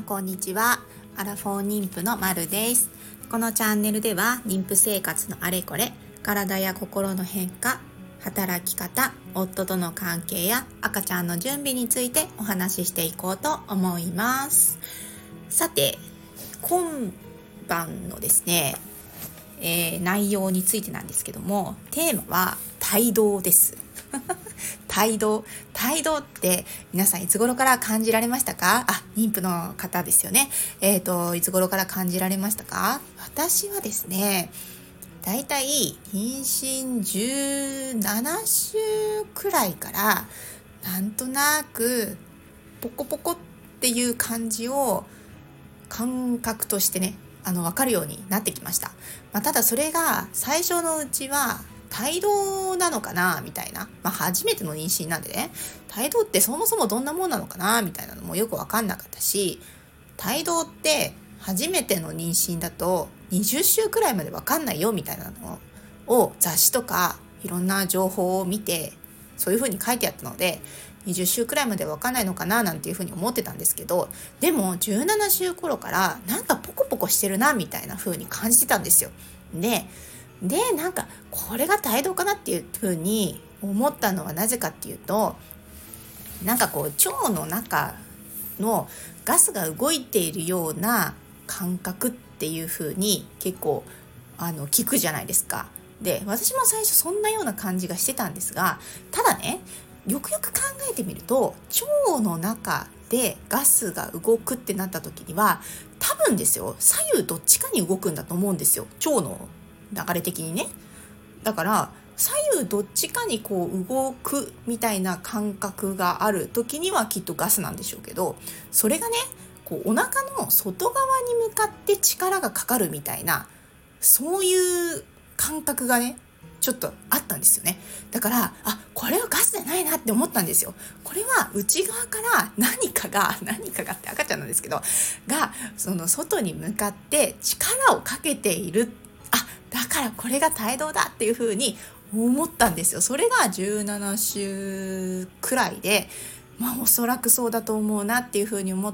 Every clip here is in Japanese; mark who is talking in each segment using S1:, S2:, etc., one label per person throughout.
S1: んこんにちは。アラフォー妊婦のまるです。このチャンネルでは妊婦生活のあれこれ、体や心の変化、働き方、夫との関係や赤ちゃんの準備についてお話ししていこうと思います。さて、今晩のですね、内容についてなんですけども、テーマは胎動です胎動って皆さんいつ頃から感じられましたか？妊婦の方ですよね。いつ頃から感じられましたか？私はですね、だいたい妊娠17週くらいからなんとなくポコポコっていう感じを感覚としてね、分かるようになってきました。ただそれが最初のうちは胎動なのかなみたいな、初めての妊娠なんでね、胎動ってそもそもどんなもんなのかなみたいなのもよく分かんなかったし、胎動って初めての妊娠だと20週くらいまで分かんないよみたいなのを雑誌とかいろんな情報を見て、そういう風に書いてあったので20週くらいまで分かんないのかななんていう風に思ってたんですけど、でも17週頃からなんかポコポコしてるなみたいな風に感じてたんですよ。でなんかこれが胎動かなっていう風に思ったのはなぜかっていうと、なんかこう腸の中のガスが動いているような感覚っていう風に結構聞くじゃないですか。で、私も最初そんなような感じがしてたんですが、ただね、よくよく考えてみると、腸の中でガスが動くってなった時には、多分ですよ、左右どっちかに動くんだと思うんですよ、腸の流れ的にね。だから左右どっちかにこう動くみたいな感覚がある時にはきっとガスなんでしょうけど、それがね、こうお腹の外側に向かって力がかかるみたいな、そういう感覚がねちょっとあったんですよね。だからこれはガスじゃないなって思ったんですよ。これは内側から何かがって赤ちゃんなんですけどが、その外に向かって力をかけている、だからこれが胎動だっていう風に思ったんですよ。それが17週くらいで、おそらくそうだと思うなっていう風に思って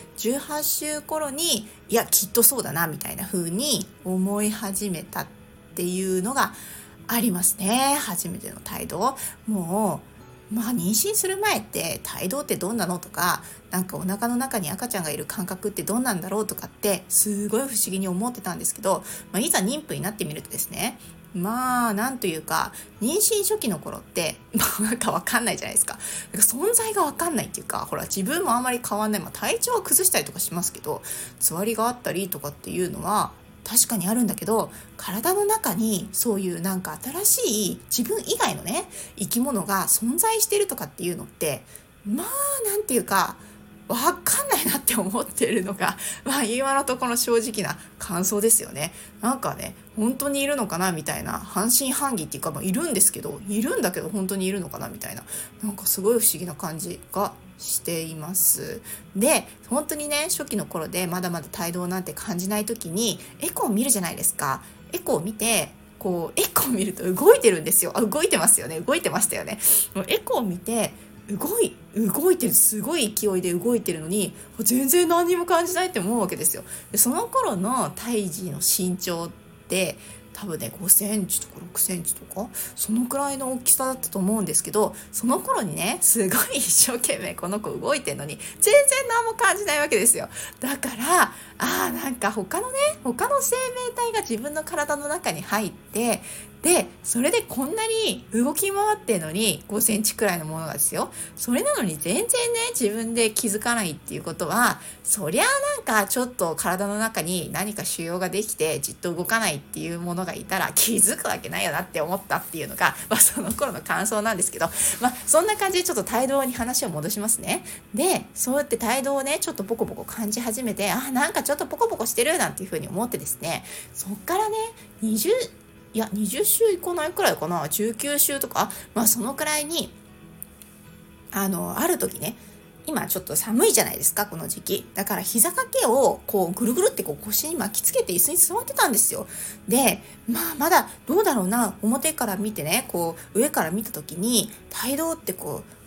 S1: 、18週頃にきっとそうだなみたいな風に思い始めたっていうのがありますね。初めての胎動。もう妊娠する前って胎動ってどんなのとか、なんかお腹の中に赤ちゃんがいる感覚ってどんなんだろうとかってすごい不思議に思ってたんですけど、いざ妊婦になってみるとですね、なんというか、妊娠初期の頃ってなんか分かんないじゃないですか。存在が分かんないっていうか、ほら自分もあんまり変わんない、体調は崩したりとかしますけど、つわりがあったりとかっていうのは確かにあるんだけど、体の中にそういうなんか新しい自分以外のね生き物が存在してるとかっていうのって、なんていうか分かんないなって思ってるのが、今のところ正直な感想ですよね。なんかね、本当にいるのかなみたいな、半信半疑っていうか、いるんだけど本当にいるのかなみたいな、なんかすごい不思議な感じがしています。で、本当にね、初期の頃でまだまだ胎動なんて感じない時にエコーを見るじゃないですか。エコーを見て、エコーを見ると動いてるんですよ。動いてますよね。動いてましたよね。もうエコーを見て動いてる、すごい勢いで動いてるのに全然何にも感じないって思うわけですよ。で、その頃の胎児の身長って多分ね5センチとか6センチとかそのくらいの大きさだったと思うんですけど、その頃にねすごい一生懸命この子動いてるのに全然何も感じないわけですよ。だからなんか他の生命体が自分の体の中に入って、でそれでこんなに動き回ってるのに5センチくらいのものがですよ、それなのに全然ね自分で気づかないっていうことは、そりゃなんかちょっと体の中に何か腫瘍ができてじっと動かないっていうものがいたら気づくわけないよなって思ったっていうのが、その頃の感想なんですけど、そんな感じでちょっと胎動に話を戻しますね。で、そうやって胎動をねちょっとポコポコ感じ始めて、なんかちょっとポコポコしてるなんていう風に思ってですね、そっからね20週いかないくらいかな、19週とか、そのくらいにある時ね、今ちょっと寒いじゃないですか、この時期だから膝掛けをこうぐるぐるってこう腰に巻きつけて椅子に座ってたんですよ。で、まだどうだろうな、表から見てね、こう上から見た時に胎動ってこう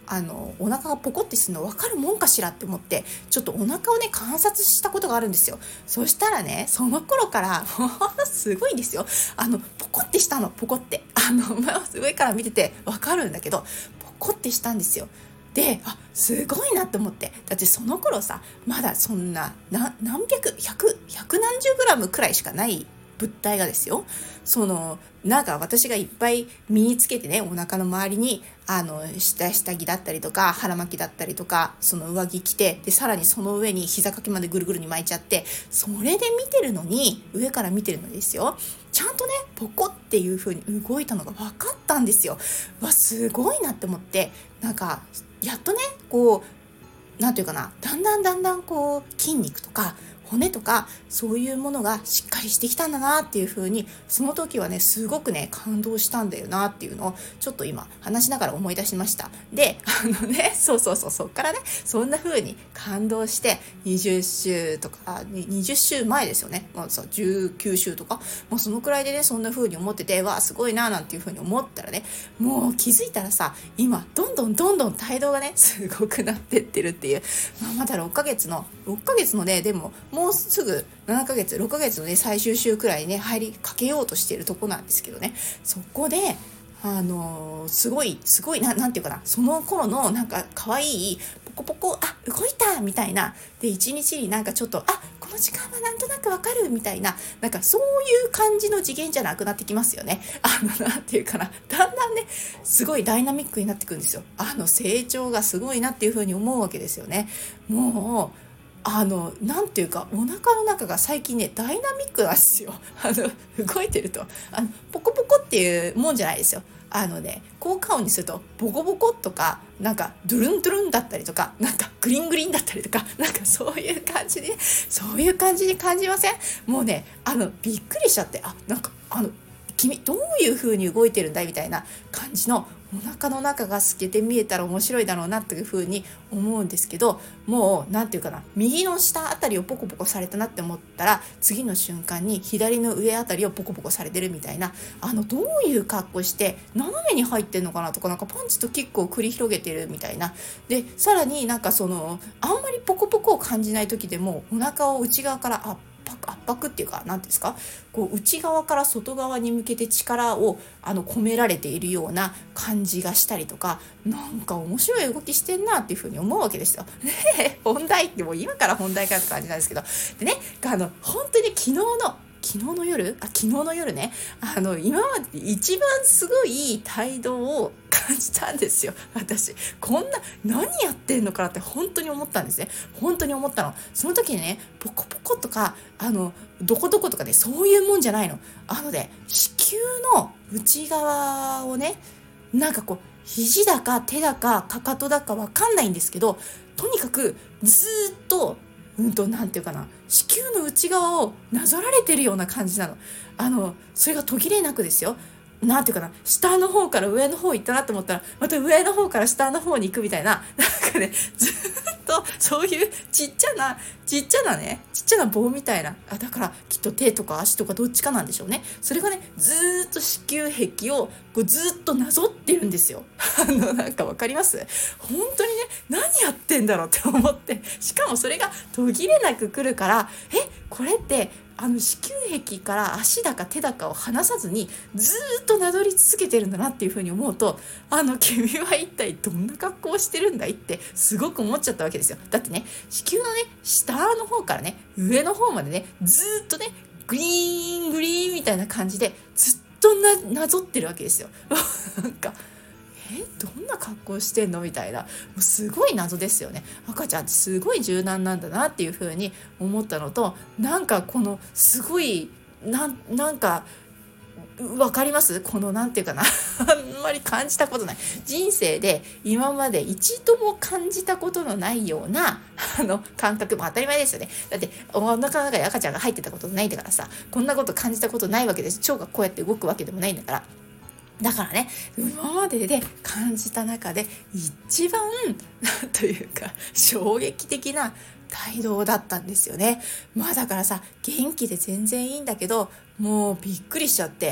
S1: お腹がポコってするの分かるもんかしらって思って、ちょっとお腹をね観察したことがあるんですよ。そしたらね、その頃からすごいんですよ。ポコってしたの、ポコって、上から見てて分かるんだけど、ポコってしたんですよ。で、すごいなって思って。だってその頃さ、まだそんな何百百何十グラムくらいしかない物体がですよ、なんか私がいっぱい身につけてね、お腹の周りに下着だったりとか腹巻きだったりとか、その上着着て、でさらにその上に膝掛けまでぐるぐるに巻いちゃって、それで見てるのに、上から見てるのにですよ、ちゃんとねポコっていう風に動いたのが分かったんですよ。すごいなって思って、なんかやっとね、こうなんていうかな、だんだんこう筋肉とか骨とかそういうものがしっかりしてきたんだなっていう風に、その時はねすごくね感動したんだよなっていうのをちょっと今話しながら思い出しました。でそっからねそんな風に感動して、20週とか20週前ですよね、19週とかもうそのくらいでね、そんな風に思ってて、すごいななんていう風に思ったらね、もう気づいたらさ、今どんどん態度がねすごくなってってるっていう、まだ6ヶ月のね、でももうすぐ7ヶ月6ヶ月のね最終週くらいね入りかけようとしているとこなんですけどね、そこですごいなんていうかな、その頃のなんか可愛いポコポコ動いたみたいなで、一日になんかちょっとこの時間はなんとなくわかるみたいな、なんかそういう感じの次元じゃなくなってきますよね。なんていうかな、だんだんねすごいダイナミックになってくるんですよ。成長がすごいなっていう風に思うわけですよね。もうなんていうか、お腹の中が最近ねダイナミックなんですよ。動いてるとポコポコっていうもんじゃないですよ。効果音にするとボコボコとか、なんかドゥルンドゥルンだったりとか、なんかグリングリンだったりとか、なんかそういう感じに感じません？もうねびっくりしちゃって、なんか君どういう風に動いてるんだいみたいな感じの、お腹の中が透けて見えたら面白いだろうなっていう風に思うんですけど、もうなんていうかな、右の下あたりをポコポコされたなって思ったら、次の瞬間に左の上あたりをポコポコされてるみたいな、どういう格好して斜めに入ってんのかなとか、なんかパンチとキックを繰り広げてるみたいな。でさらになんかあんまりポコポコを感じない時でも、お腹を内側から圧迫っていうか、なんですか、こう内側から外側に向けて力を込められているような感じがしたりとか、なんか面白い動きしてんなっていう風に思うわけですよ。本題ってもう今から本題かって感じなんですけど、でね、本当に昨日の夜ね、今までで一番すごい態度を感じたんですよ。私こんな何やってんのかなって本当に思ったんですね。本当に思ったの。その時にね、ポコポコとかどこどことかね、そういうもんじゃないの。子宮の内側をね、なんかこう肘だか手だかかかとだかわかんないんですけど、とにかくずっとなんていうかな、子宮の内側をなぞられてるような感じなの。それが途切れなくですよ。なんていうかな、下の方から上の方行ったなと思ったら、また上の方から下の方に行くみたいな、なんかね、ずっとそういうちっちゃな棒みたいな、だからきっと手とか足とかどっちかなんでしょうね。それがね、ずっと子宮壁をこうずっとなぞってるんですよ。なんかわかります？本当にね、何やってんだろうって思って、しかもそれが途切れなく来るから、これって子宮壁から足だか手だかを離さずにずっとなぞり続けてるんだなっていうふうに思うと、君は一体どんな格好をしてるんだいってすごく思っちゃったわけですよ。だってね、子宮のね下の方からね上の方までね、ずっとねグリーングリーンみたいな感じでずっとなぞってるわけですよ。なんかどんな格好してんのみたいな、もうすごい謎ですよね。赤ちゃんってすごい柔軟なんだなっていう風に思ったのと、なんかこのすごいなんかわかります？このなんていうかなあんまり感じたことない、人生で今まで一度も感じたことのないような感覚も当たり前ですよね。だってお腹の中に赤ちゃんが入ってたことないんだからさ、こんなこと感じたことないわけです。腸がこうやって動くわけでもないんだから。だからね、今までで感じた中で一番なんというか衝撃的な態度だったんですよね。だからさ、元気で全然いいんだけど、もうびっくりしちゃって、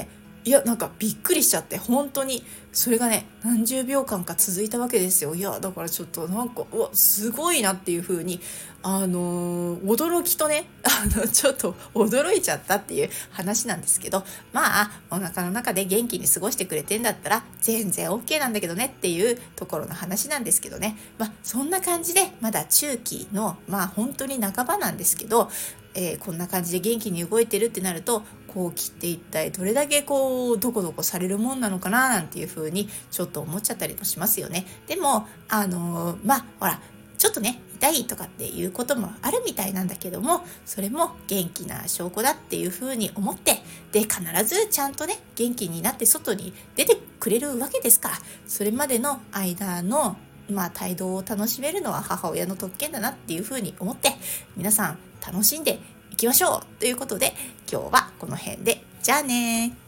S1: いやなんかびっくりしちゃって、本当にそれがね何十秒間か続いたわけですよ。いやだからちょっとなんかうわすごいなっていう風に驚きとねちょっと驚いちゃったっていう話なんですけど、まあお腹の中で元気に過ごしてくれてんだったら全然 OK なんだけどねっていうところの話なんですけどね。そんな感じでまだ中期の本当に半ばなんですけど、こんな感じで元気に動いてるってなると、後期って一体どれだけどこどこされるもんなのかななんていう風にちょっと思っちゃったりもしますよね。でもほらちょっとね痛いとかっていうこともあるみたいなんだけども、それも元気な証拠だっていう風に思って、で必ずちゃんとね元気になって外に出てくれるわけですから、それまでの間の帯同を楽しめるのは母親の特権だなっていう風に思って、皆さん楽しんでいきましょうということで、今日はこの辺でじゃあね。